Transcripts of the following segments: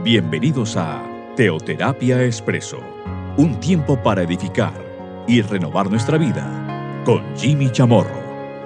Bienvenidos a Teoterapia Expreso, un tiempo para edificar y renovar nuestra vida con Jimmy Chamorro.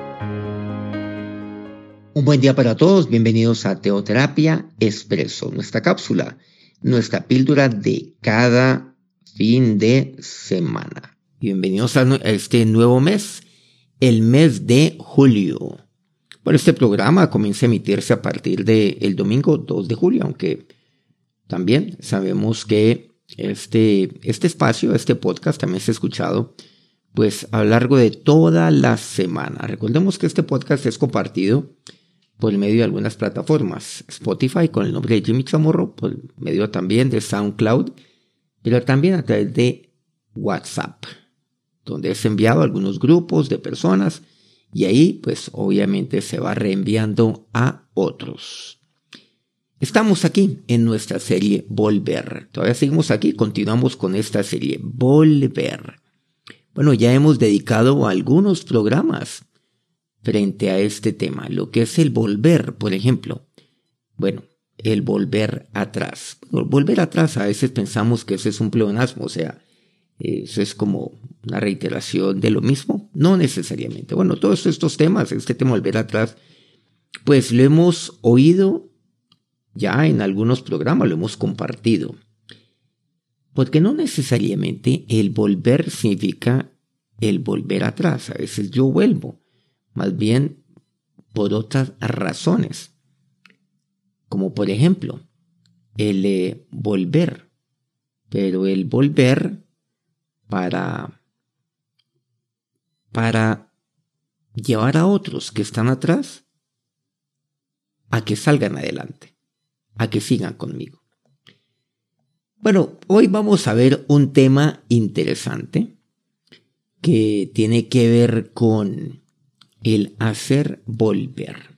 Un buen día para todos, bienvenidos a Teoterapia Expreso, nuestra cápsula, nuestra píldora de cada fin de semana. Bienvenidos a este nuevo mes, el mes de julio. Bueno, este programa comienza a emitirse a partir del domingo 2 de julio, aunque también sabemos que este espacio, este podcast también se ha escuchado pues a lo largo de toda la semana. Recordemos que este podcast es compartido por medio de algunas plataformas, Spotify con el nombre de Jimmy Chamorro, por medio también de SoundCloud, pero también a través de WhatsApp, donde es enviado a algunos grupos de personas y ahí pues obviamente se va reenviando a otros. Estamos aquí en nuestra serie Volver. Todavía seguimos aquí, continuamos con esta serie Volver. Bueno, ya hemos dedicado algunos programas frente a este tema, lo que es el volver, por ejemplo. Bueno, el volver atrás. Volver atrás, a veces pensamos que ese es un pleonasmo, o sea, eso es como una reiteración de lo mismo. No necesariamente. Bueno, todos estos temas, este tema volver atrás, pues lo hemos oído ya en algunos programas, lo hemos compartido. Porque no necesariamente el volver significa el volver atrás. A veces yo vuelvo, más bien por otras razones. Como por ejemplo, el volver. Pero el volver para llevar a otros que están atrás a que salgan adelante, a que sigan conmigo. Bueno, hoy vamos a ver un tema interesante que tiene que ver con el hacer volver.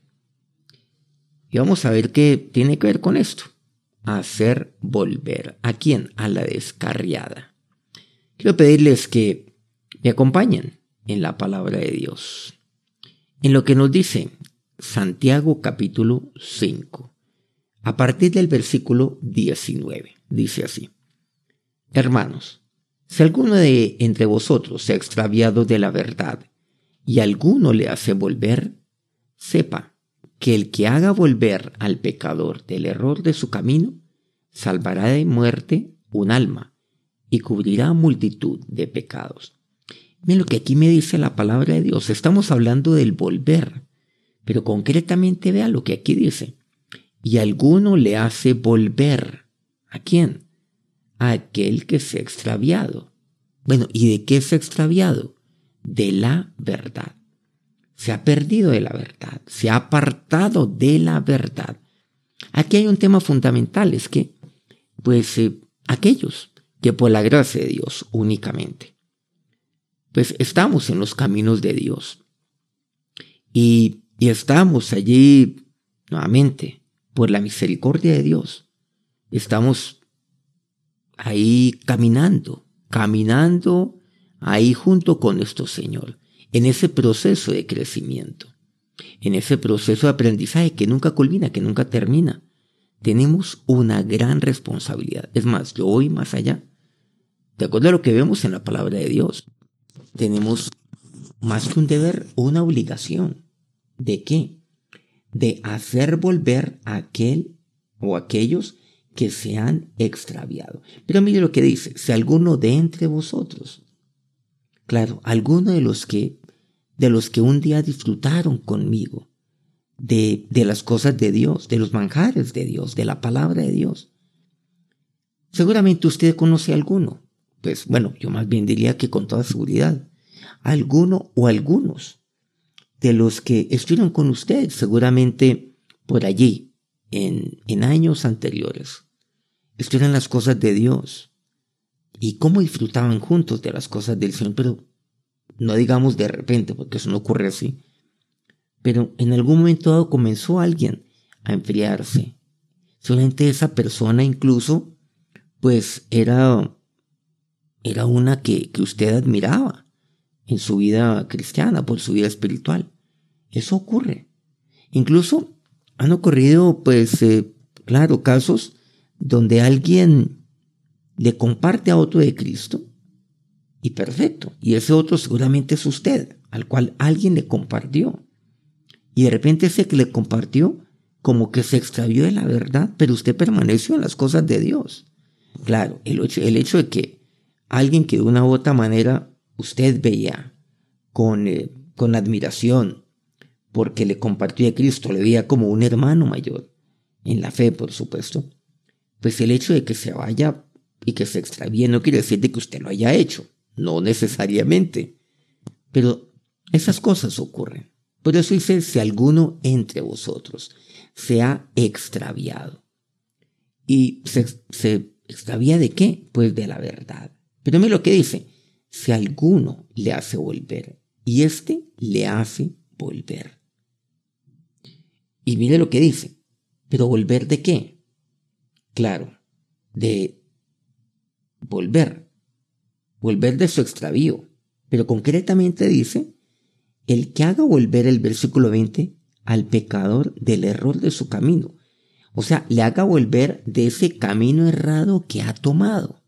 Y vamos a ver qué tiene que ver con esto. Hacer volver. ¿A quién? A la descarriada. Quiero pedirles que me acompañen en la palabra de Dios. En lo que nos dice Santiago capítulo 5. A partir del versículo 19. Dice así: Hermanos, si alguno de entre vosotros se ha extraviado de la verdad y alguno le hace volver, sepa que el que haga volver al pecador del error de su camino, salvará de muerte un alma y cubrirá multitud de pecados. Miren lo que aquí me dice la palabra de Dios. Estamos hablando del volver, pero concretamente vea lo que aquí dice. Y alguno le hace volver. ¿A quién? A aquel que se ha extraviado. Bueno, ¿y de qué se ha extraviado? De la verdad. Se ha perdido de la verdad. Se ha apartado de la verdad. Aquí hay un tema fundamental. Es que, aquellos que por la gracia de Dios únicamente, pues estamos en los caminos de Dios. Y estamos allí nuevamente por la misericordia de Dios. Estamos ahí caminando ahí junto con nuestro Señor, en ese proceso de crecimiento, en ese proceso de aprendizaje que nunca culmina, que nunca termina. Tenemos una gran responsabilidad. Es más, yo voy más allá. De acuerdo a lo que vemos en la palabra de Dios, tenemos más que un deber, una obligación. ¿De qué? De hacer volver a aquel o aquellos que se han extraviado. Pero mire lo que dice: si alguno de entre vosotros, claro, alguno de los que un día disfrutaron conmigo de las cosas de Dios, de los manjares de Dios, de la palabra de Dios. Seguramente usted conoce a alguno. Pues bueno, yo más bien diría que con toda seguridad, alguno o algunos de los que estuvieron con usted seguramente por allí en años anteriores. Estuvieron las cosas de Dios y cómo disfrutaban juntos de las cosas del Señor, pero no digamos de repente, porque eso no ocurre así. Pero en algún momento dado comenzó alguien a enfriarse. Solamente esa persona incluso, pues era una que usted admiraba en su vida cristiana, por su vida espiritual. Eso ocurre. Incluso han ocurrido, casos donde alguien le comparte a otro de Cristo, y perfecto, y ese otro seguramente es usted, al cual alguien le compartió, y de repente ese que le compartió como que se extravió de la verdad, pero usted permaneció en las cosas de Dios. Claro, el hecho de que alguien que de una u otra manera usted veía con admiración, porque le compartió a Cristo, le veía como un hermano mayor, en la fe, por supuesto, pues el hecho de que se vaya y que se extravíe no quiere decir de que usted lo haya hecho, no necesariamente, pero esas cosas ocurren. Por eso dice, si alguno entre vosotros se ha extraviado. ¿Y se extravía de qué? Pues de la verdad. Pero mire lo que dice, si alguno le hace volver, y éste le hace volver. Y mire lo que dice, pero ¿volver de qué? Claro, de volver de su extravío. Pero concretamente dice, el que haga volver, el versículo 20, al pecador del error de su camino. O sea, le haga volver de ese camino errado que ha tomado.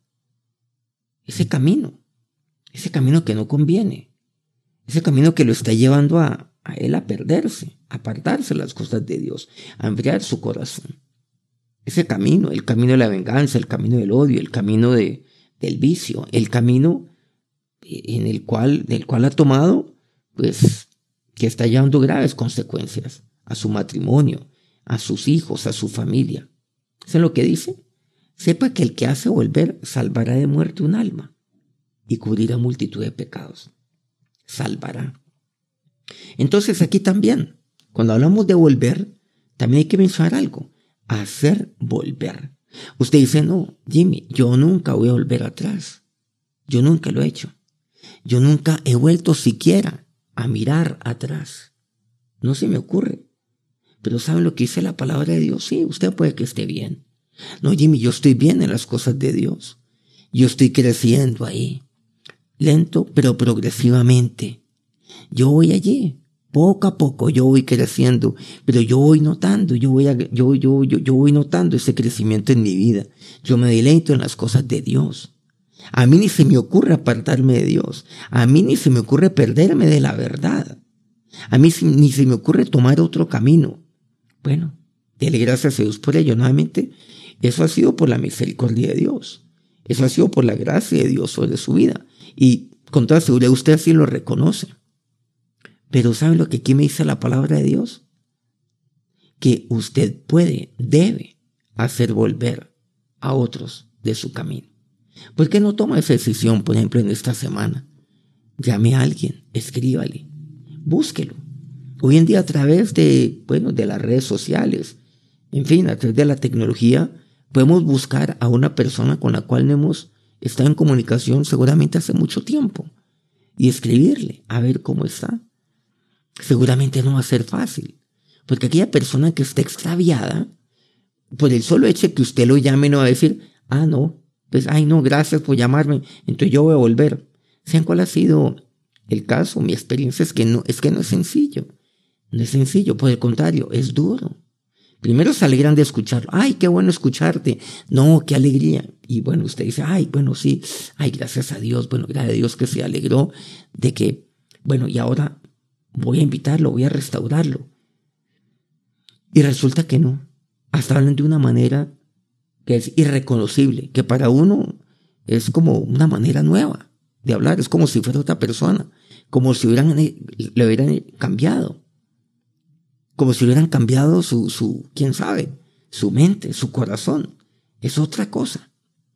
Ese camino que no conviene. Ese camino que lo está llevando a él a perderse, a apartarse de las cosas de Dios, a enfriar su corazón. Ese camino, el camino de la venganza, el camino del odio, el camino del vicio, el camino del cual ha tomado, pues, que está llevando graves consecuencias a su matrimonio, a sus hijos, a su familia. ¿Sabe lo que dice? Sepa que el que hace volver salvará de muerte un alma y cubrirá multitud de pecados. Salvará. Entonces aquí también, cuando hablamos de volver, también hay que mencionar algo. Hacer volver. Usted dice, no, Jimmy, yo nunca voy a volver atrás. Yo nunca lo he hecho. Yo nunca he vuelto siquiera a mirar atrás. No se me ocurre. Pero ¿saben lo que dice la palabra de Dios? Sí, usted puede que esté bien. No, Jimmy, yo estoy bien en las cosas de Dios. Yo estoy creciendo ahí. Lento, pero progresivamente. Yo voy allí. Poco a poco yo voy creciendo, pero yo voy notando, yo voy notando ese crecimiento en mi vida. Yo me deleito en las cosas de Dios. A mí ni se me ocurre apartarme de Dios. A mí ni se me ocurre perderme de la verdad. A mí ni se me ocurre tomar otro camino. Bueno, dele gracias a Dios por ello. Nuevamente, eso ha sido por la misericordia de Dios. Eso ha sido por la gracia de Dios sobre su vida. Y con toda seguridad usted así lo reconoce. Pero ¿sabe lo que aquí me dice la palabra de Dios? Que usted debe hacer volver a otros de su camino. ¿Por qué no toma esa decisión, por ejemplo, en esta semana? Llame a alguien, escríbale, búsquelo. Hoy en día a través de las redes sociales, en fin, a través de la tecnología, podemos buscar a una persona con la cual no hemos estado en comunicación seguramente hace mucho tiempo y escribirle a ver cómo está. Seguramente no va a ser fácil, porque aquella persona que está extraviada, por el solo hecho de que usted lo llame, no va a decir, no, pues, no, gracias por llamarme, entonces yo voy a volver. ¿Saben cuál ha sido el caso? Mi experiencia es que no es sencillo. No es sencillo, por el contrario, es duro. Primero se alegran de escucharlo. ¡Ay, qué bueno escucharte! No, qué alegría. Y bueno, usted dice, sí. Gracias a Dios. Bueno, gracias a Dios que se alegró de que, y ahora voy a invitarlo, voy a restaurarlo. Y resulta que no. Hasta hablan de una manera que es irreconocible, que para uno es como una manera nueva de hablar. Es como si fuera otra persona, como si le hubieran cambiado. Como si hubieran cambiado quién sabe, su mente, su corazón. Es otra cosa.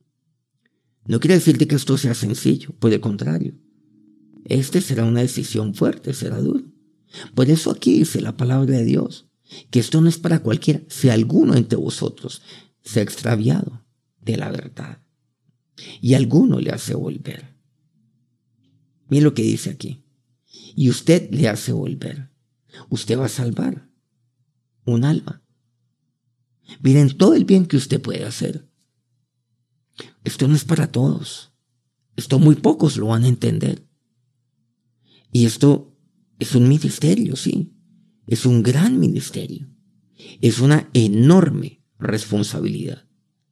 No quiere decirte que esto sea sencillo, por el contrario. Será una decisión fuerte, será duro. Por eso aquí dice la palabra de Dios, que esto no es para cualquiera. Si alguno entre vosotros se ha extraviado de la verdad y alguno le hace volver. Mira lo que dice aquí. Y usted le hace volver. Usted va a salvar un alma. Miren todo el bien que usted puede hacer. Esto no es para todos. Esto muy pocos lo van a entender. Y esto es un ministerio, sí. Es un gran ministerio. Es una enorme responsabilidad.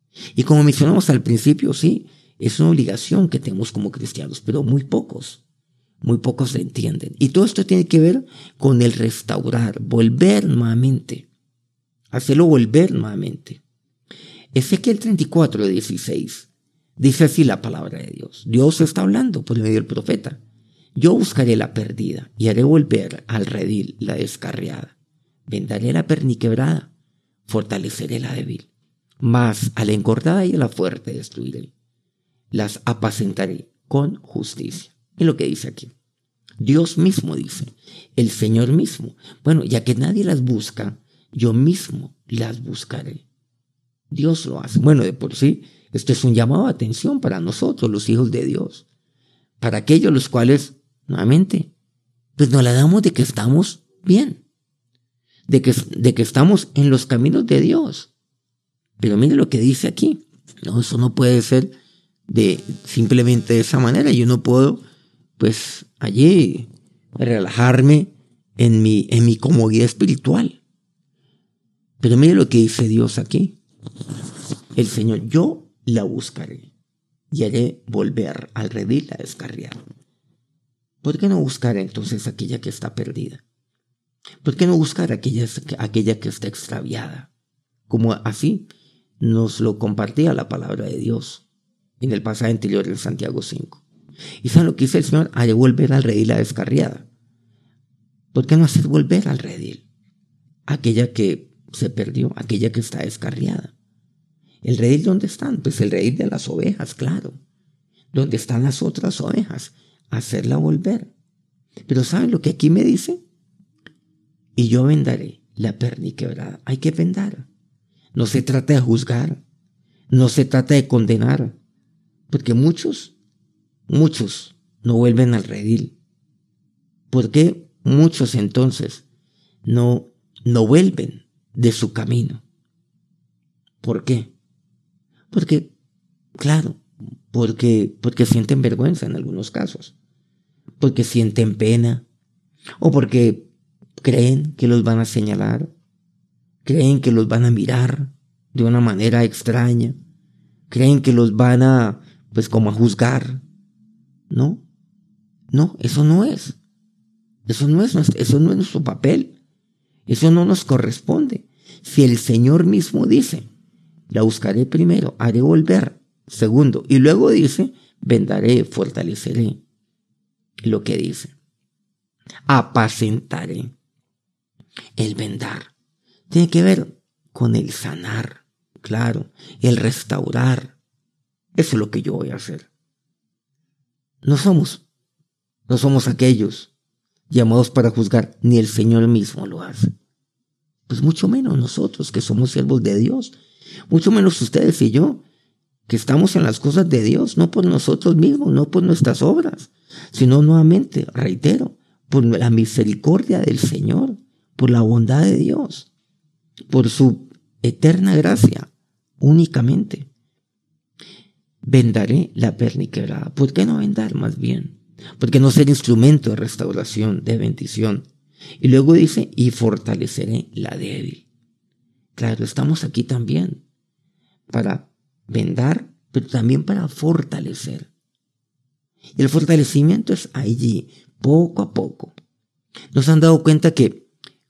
Y como mencionamos al principio, sí, es una obligación que tenemos como cristianos, pero muy pocos la entienden. Y todo esto tiene que ver con el restaurar, volver nuevamente, hacerlo volver nuevamente. Ezequiel 34:16 dice así la palabra de Dios. Dios está hablando por medio del profeta. Yo buscaré la perdida y haré volver al redil la descarriada. Vendaré la perniquebrada, fortaleceré la débil. Mas a la engordada y a la fuerte destruiré. Las apacentaré con justicia. Es lo que dice aquí. Dios mismo dice, el Señor mismo. Bueno, ya que nadie las busca, yo mismo las buscaré. Dios lo hace. Bueno, de por sí, esto es un llamado de atención para nosotros, los hijos de Dios. Para aquellos los cuales, nuevamente, pues nos la damos de que estamos bien. De que estamos en los caminos de Dios. Pero mire lo que dice aquí. No, eso no puede ser simplemente de esa manera. Yo no puedo, pues, allí relajarme en mi comodidad espiritual. Pero mire lo que dice Dios aquí. El Señor, yo la buscaré y haré volver al redil la descarriada. ¿Por qué no buscar entonces aquella que está perdida? ¿Por qué no buscar aquella que está extraviada? Como así nos lo compartía la palabra de Dios en el pasaje anterior en Santiago 5. ¿Y saben lo que dice el Señor? Haré volver al redil la descarriada. ¿Por qué no hacer volver al redil? Aquella que se perdió, aquella que está descarriada. ¿El redil dónde están? Pues el redil de las ovejas, claro. ¿Dónde están las otras ovejas? Hacerla volver. Pero ¿saben lo que aquí me dice? Y yo vendaré la perniquebrada. Hay que vendar. No se trata de juzgar. No se trata de condenar. Porque muchos no vuelven al redil. ¿Por qué muchos entonces no vuelven de su camino? ¿Por qué? Porque sienten vergüenza en algunos casos, porque sienten pena, o porque creen que los van a señalar, creen que los van a mirar de una manera extraña, creen que los van a, pues como a juzgar. No, eso no es nuestro papel, eso no nos corresponde. Si el Señor mismo dice, la buscaré primero, haré volver, segundo, y luego dice, vendaré, fortaleceré. Lo que dice, apacentaré. El vendar tiene que ver con el sanar, claro, el restaurar. Eso es lo que yo voy a hacer. No somos aquellos llamados para juzgar, ni el Señor mismo lo hace. Pues mucho menos nosotros que somos siervos de Dios, mucho menos ustedes y yo, que estamos en las cosas de Dios, no por nosotros mismos, no por nuestras obras, sino nuevamente, reitero, por la misericordia del Señor, por la bondad de Dios, por su eterna gracia, únicamente. Vendaré la perniquebrada. ¿Por qué no vendar más bien? ¿Por qué no ser instrumento de restauración, de bendición? Y luego dice, y fortaleceré la débil. Claro, estamos aquí también para vendar, pero también para fortalecer. Y el fortalecimiento es allí, poco a poco. Nos han dado cuenta que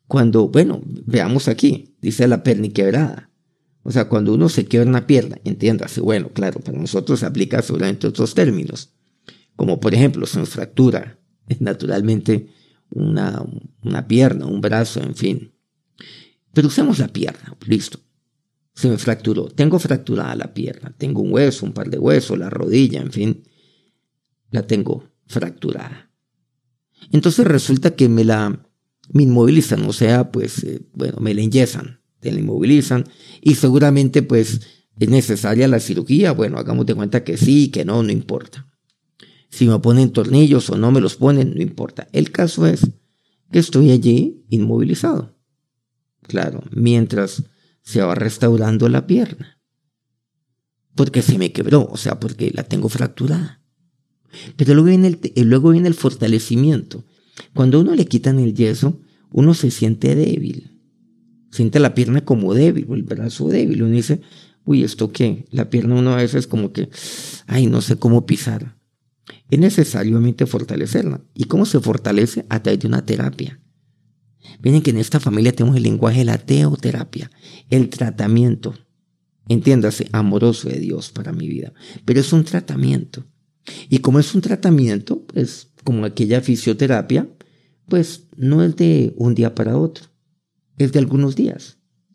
veamos aquí, dice la perniquebrada. O sea, cuando uno se quiebra una pierna, entiéndase, bueno, claro, para nosotros se aplica seguramente otros términos. Como por ejemplo, se nos fractura naturalmente una pierna, un brazo, en fin. Pero usemos la pierna, listo. Se me fracturó, tengo fracturada la pierna, tengo un hueso, un par de huesos, la rodilla, en fin, la tengo fracturada. Entonces resulta que me inmovilizan, o sea, pues, me la enyesan, te la inmovilizan y seguramente pues es necesaria la cirugía. Bueno, hagamos de cuenta que sí, que no importa. Si me ponen tornillos o no me los ponen, no importa. El caso es que estoy allí inmovilizado. Claro, mientras se va restaurando la pierna. Porque se me quebró, o sea, porque la tengo fracturada. Pero luego viene el fortalecimiento. Cuando uno le quitan el yeso, uno se siente débil. Siente la pierna como débil o el brazo débil. Uno dice, uy, ¿esto qué? La pierna uno a veces como que, ay, no sé cómo pisar. Es necesariamente fortalecerla. ¿Y cómo se fortalece? A través de una terapia. Miren que en esta familia tenemos el lenguaje de la teoterapia, el tratamiento, entiéndase, amoroso de Dios para mi vida. Pero es un tratamiento. Y como es un tratamiento, pues como aquella fisioterapia, pues no es de un día para otro, es de algunos días.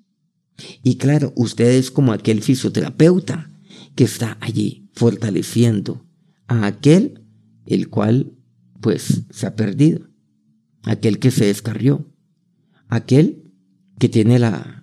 Y claro, usted es como aquel fisioterapeuta que está allí fortaleciendo a aquel el cual pues se ha perdido, aquel que se descarrió, aquel que tiene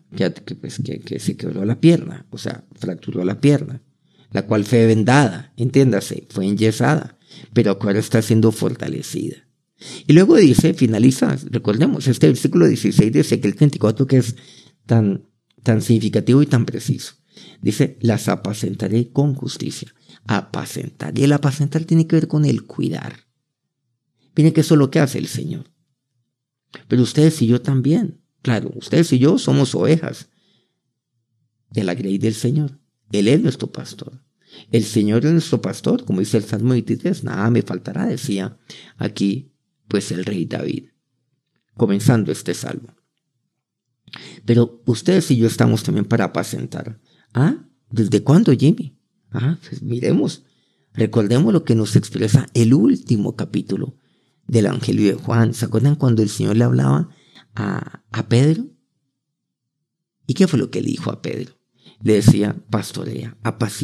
que se quebró la pierna, o sea, fracturó la pierna, la cual fue vendada, entiéndase, fue enyesada, pero ahora está siendo fortalecida. Y luego dice, finaliza, recordemos, este versículo 16 de Ezequiel 34 que es tan significativo y tan preciso. Dice, las apacentaré con justicia. Apacentar. Y el apacentar tiene que ver con el cuidar. Miren que eso es lo que hace el Señor. Pero ustedes y yo también. Claro, ustedes y yo somos ovejas de la grey del Señor. Él es nuestro pastor. El Señor es nuestro pastor, como dice el Salmo 23, nada me faltará, decía aquí, pues el rey David, comenzando este salmo. Pero ustedes y yo estamos también para apacentar. ¿Ah? ¿Desde cuándo, Jimmy? Pues miremos, recordemos lo que nos expresa el último capítulo del Evangelio de Juan. ¿Se acuerdan cuando el Señor le hablaba a Pedro? ¿Y qué fue lo que le dijo a Pedro? Le decía, pastorea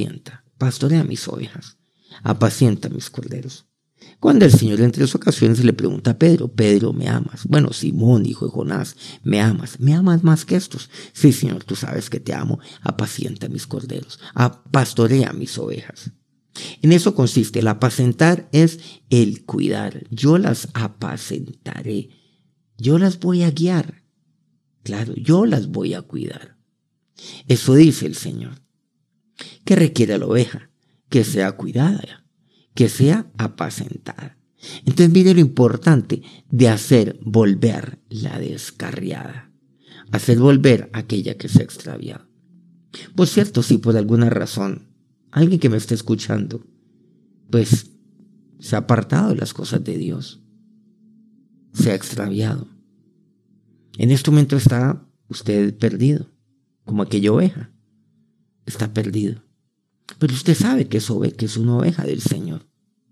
mis ovejas, apacienta mis corderos. Cuando el Señor en 3 ocasiones le pregunta a Pedro, Pedro, ¿me amas? Bueno, Simón, hijo de Jonás, ¿me amas? ¿Me amas más que estos? Sí, Señor, tú sabes que te amo, apacienta mis corderos, pastorea mis ovejas. En eso consiste, el apacentar es el cuidar. Yo las apacentaré, yo las voy a guiar, claro, yo las voy a cuidar. Eso dice el Señor. ¿Qué requiere la oveja? Que sea cuidada, que sea apacentada. Entonces mire lo importante de hacer volver la descarriada, hacer volver aquella que se ha extraviado. Por cierto, si por alguna razón alguien que me esté escuchando, pues se ha apartado de las cosas de Dios, se ha extraviado, en este momento está usted perdido, como aquella oveja, está perdido. Pero usted sabe que es una oveja del Señor.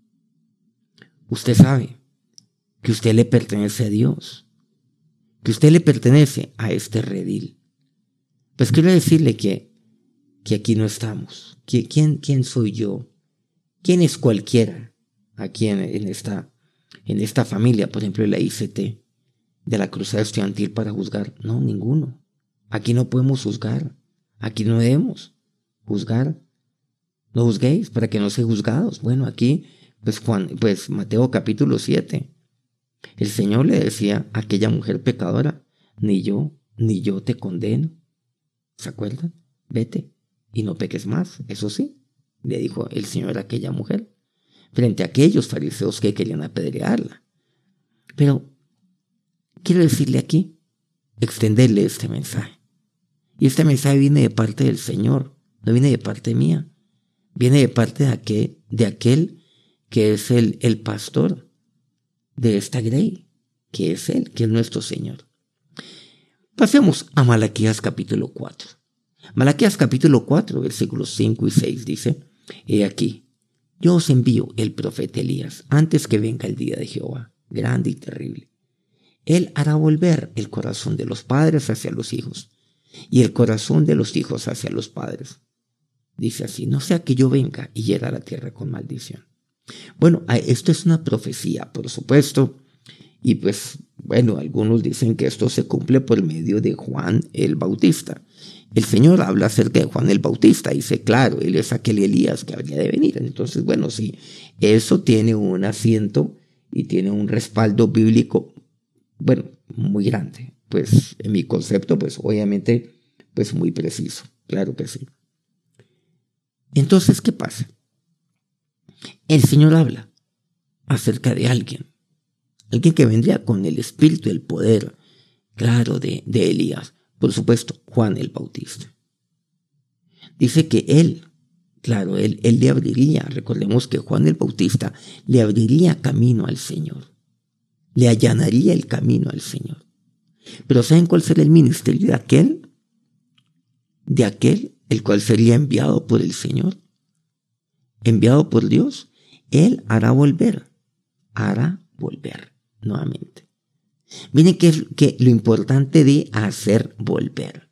Usted sabe que usted le pertenece a Dios, que usted le pertenece a este redil. Pues quiero decirle que aquí no estamos. ¿Quién soy yo? ¿Quién es cualquiera aquí en esta familia, por ejemplo, de la ICT, de la Cruzada Estudiantil para juzgar? No, ninguno. Aquí no podemos juzgar. Aquí no debemos juzgar. No juzguéis para que no seáis juzgados. Bueno, aquí, pues Mateo capítulo 7. El Señor le decía a aquella mujer pecadora, ni yo te condeno. ¿Se acuerdan? Vete y no peques más. Eso sí, le dijo el Señor a aquella mujer, frente a aquellos fariseos que querían apedrearla. Pero quiero decirle aquí, extenderle este mensaje. Y este mensaje viene de parte del Señor, no viene de parte mía. Viene de parte de aquel que es el pastor de esta grey, que es Él, que es nuestro Señor. Pasemos a Malaquías capítulo 4. Malaquías capítulo 4, versículos 5 y 6 dice, he aquí, yo os envío el profeta Elías antes que venga el día de Jehová, grande y terrible. Él hará volver el corazón de los padres hacia los hijos y el corazón de los hijos hacia los padres. Dice así, no sea que yo venga y hiera la tierra con maldición. Bueno, esto es una profecía, por supuesto, y pues, bueno, algunos dicen que esto se cumple por medio de Juan el Bautista. El Señor habla acerca de Juan el Bautista, dice, claro, él es aquel Elías que habría de venir. Entonces, bueno, sí, eso tiene un asiento y tiene un respaldo bíblico, bueno, muy grande. Pues, en mi concepto, pues, obviamente, pues, muy preciso, claro que sí. Entonces, ¿qué pasa? El Señor habla acerca de alguien que vendría con el espíritu y el poder, claro, de Elías, por supuesto, Juan el Bautista. Dice que él, claro, él le abriría, recordemos que Juan el Bautista le abriría camino al Señor, le allanaría el camino al Señor. Pero ¿saben cuál será el ministerio de aquel? De aquel, el cual sería enviado por el Señor, enviado por Dios. Él hará volver nuevamente. Miren que lo importante de hacer volver.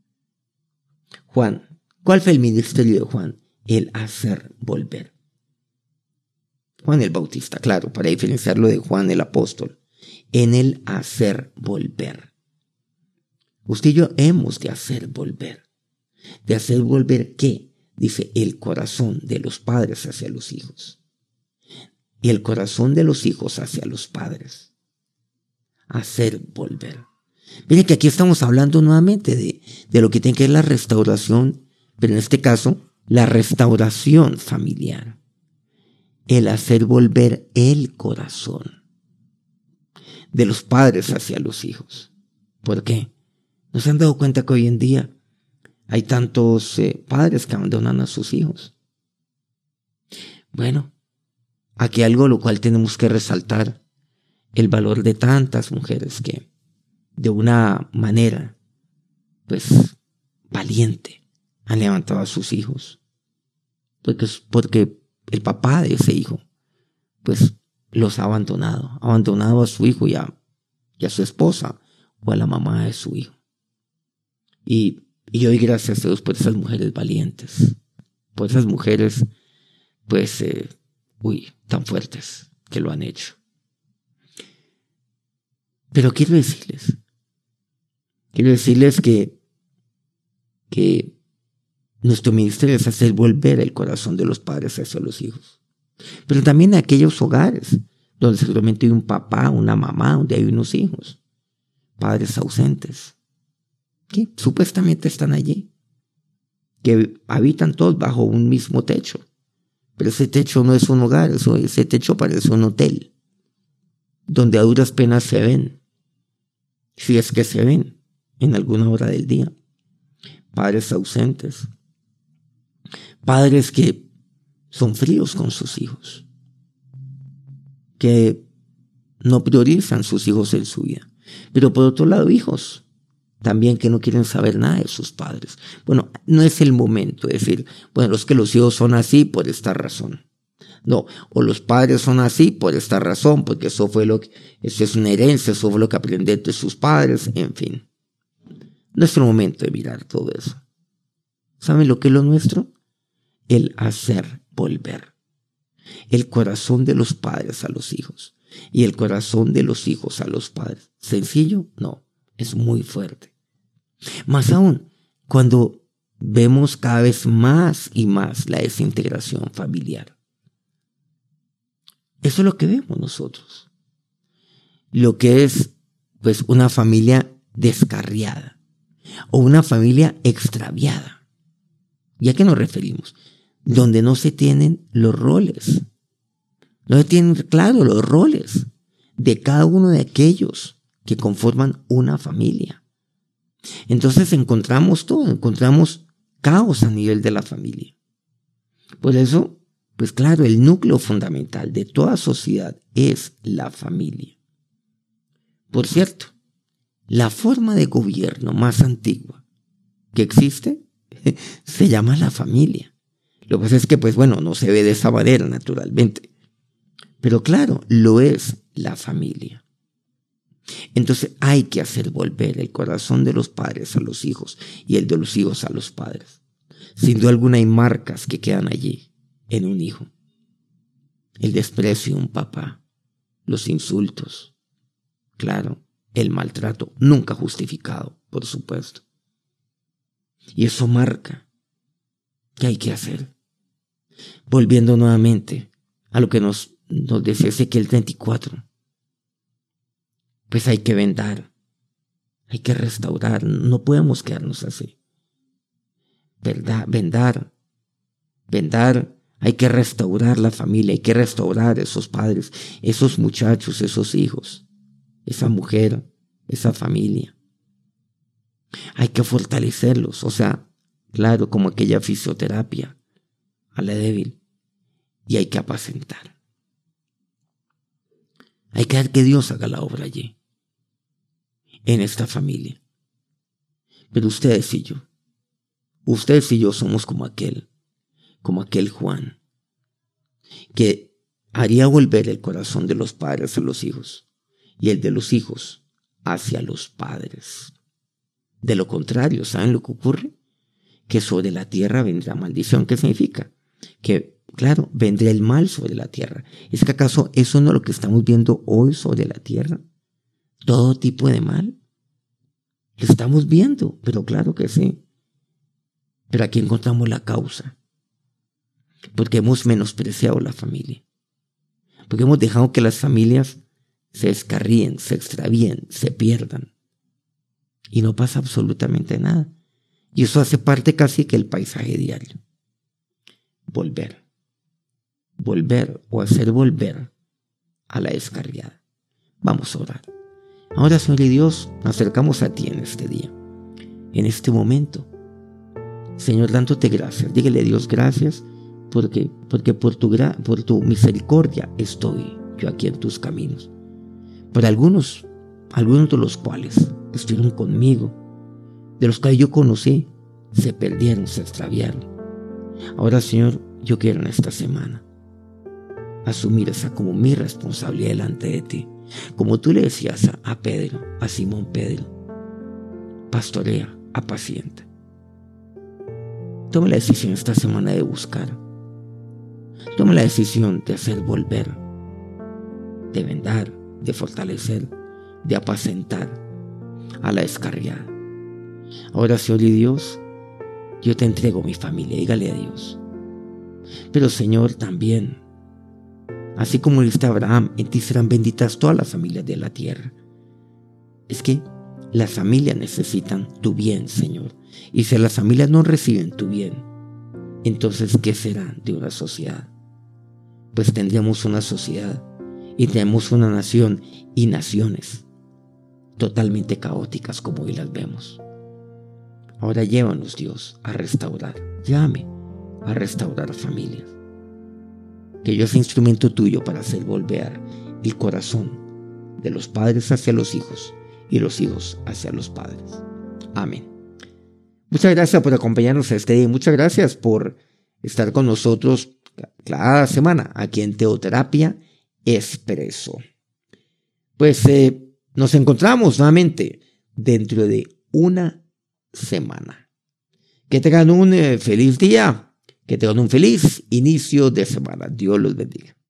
Juan, ¿cuál fue el ministerio de Juan? El hacer volver. Juan el Bautista, claro, para diferenciarlo de Juan el apóstol. En el hacer volver. Usted y yo hemos de hacer volver. ¿De hacer volver qué? Dice, el corazón de los padres hacia los hijos. Y el corazón de los hijos hacia los padres. Hacer volver. Miren que aquí estamos hablando nuevamente de lo que tiene que ver la restauración, pero en este caso, la restauración familiar. El hacer volver el corazón de los padres hacia los hijos. ¿Por qué? ¿No se han dado cuenta que hoy en día hay tantos padres que abandonan a sus hijos? Bueno, aquí algo lo cual tenemos que resaltar, el valor de tantas mujeres que de una manera, pues, valiente, han levantado a sus hijos. Porque el papá de ese hijo, pues, los ha abandonado a su hijo y a su esposa o a la mamá de su hijo. Y hoy, gracias a Dios por esas mujeres valientes, por esas mujeres, pues, tan fuertes que lo han hecho. Pero quiero decirles que nuestro ministerio es hacer volver el corazón de los padres hacia los hijos. Pero también en aquellos hogares donde seguramente hay un papá, una mamá, donde hay unos hijos, padres ausentes, que supuestamente están allí, que habitan todos bajo un mismo techo. Pero ese techo no es un hogar, ese techo parece un hotel, donde a duras penas se ven, si es que se ven en alguna hora del día. Padres ausentes, padres que son fríos con sus hijos, que no priorizan sus hijos en su vida. Pero por otro lado, hijos también que no quieren saber nada de sus padres. Bueno, no es el momento de decir, bueno, es que los hijos son así por esta razón. No, o los padres son así por esta razón, porque eso es una herencia, eso fue lo que aprendieron de sus padres, en fin. No es el momento de mirar todo eso. ¿Saben lo que es lo nuestro? El hacer volver. El corazón de los padres a los hijos y el corazón de los hijos a los padres. ¿Sencillo? No, es muy fuerte. Más aún, cuando vemos cada vez más y más la desintegración familiar. Eso es lo que vemos nosotros. Lo que es, pues, una familia descarriada o una familia extraviada. ¿Y a qué nos referimos? Donde no se tienen los roles. No se tienen claro los roles de cada uno de aquellos que conforman una familia. Entonces encontramos todo, encontramos caos a nivel de la familia. Por eso, pues claro, el núcleo fundamental de toda sociedad es la familia. Por cierto, la forma de gobierno más antigua que existe se llama la familia. Lo que pasa es que, pues bueno, no se ve de esa manera naturalmente. Pero claro, lo es la familia. Entonces hay que hacer volver el corazón de los padres a los hijos y el de los hijos a los padres. Sin duda alguna hay marcas que quedan allí en un hijo. El desprecio de un papá, los insultos, claro, el maltrato nunca justificado, por supuesto. Y eso marca qué hay que hacer. Volviendo nuevamente a lo que nos decía Ezequiel 34. Pues hay que vendar, hay que restaurar, no podemos quedarnos así. Vendar, hay que restaurar la familia, hay que restaurar esos padres, esos muchachos, esos hijos, esa mujer, esa familia. Hay que fortalecerlos, o sea, Claro, como aquella fisioterapia a la débil. Y hay que apacentar. Hay que dejar que Dios haga la obra allí, en esta familia. Pero ustedes y yo somos como aquel Juan, que haría volver el corazón de los padres a los hijos y el de los hijos hacia los padres. De lo contrario, ¿saben lo que ocurre? Que sobre la tierra vendrá maldición. ¿Qué significa? Que, claro, vendrá el mal sobre la tierra. ¿Es que acaso eso no es lo que estamos viendo hoy sobre la tierra? Todo tipo de mal. Lo estamos viendo, pero claro que sí. Pero aquí encontramos la causa. Porque hemos menospreciado la familia. Porque hemos dejado que las familias se descarríen, se extravíen, se pierdan. Y no pasa absolutamente nada. Y eso hace parte casi que el paisaje diario. Volver o hacer volver a la descarriada. Vamos a orar. Ahora, Señor y Dios, nos acercamos a ti en este día, en este momento. Señor, dándote gracias. Dígale a Dios gracias porque por tu misericordia estoy yo aquí en tus caminos. Por algunos de los cuales estuvieron conmigo, de los que yo conocí, se perdieron, se extraviaron. Ahora, Señor, yo quiero en esta semana asumir esa como mi responsabilidad delante de ti. Como tú le decías a Pedro, a Simón Pedro, pastorea, apacienta. Toma la decisión esta semana de buscar. Toma la decisión de hacer volver, de vendar, de fortalecer, de apacentar a la descarriada. Ahora, Señor y Dios, yo te entrego mi familia, dígale a Dios. Pero, Señor, también, así como dijiste a Abraham, en ti serán benditas todas las familias de la tierra. Es que las familias necesitan tu bien, Señor. Y si las familias no reciben tu bien, entonces, ¿qué será de una sociedad? Pues tendríamos una sociedad y tenemos una nación y naciones totalmente caóticas como hoy las vemos. Ahora llévanos, Dios, a restaurar. Llévame a restaurar familias. Que yo sea instrumento tuyo para hacer volver el corazón de los padres hacia los hijos y los hijos hacia los padres. Amén. Muchas gracias por acompañarnos a este día. Muchas gracias por estar con nosotros cada semana aquí en Teoterapia Expreso. Pues nos encontramos nuevamente dentro de una semana. Que tengan un feliz día, que tengan un feliz inicio de semana. Dios los bendiga.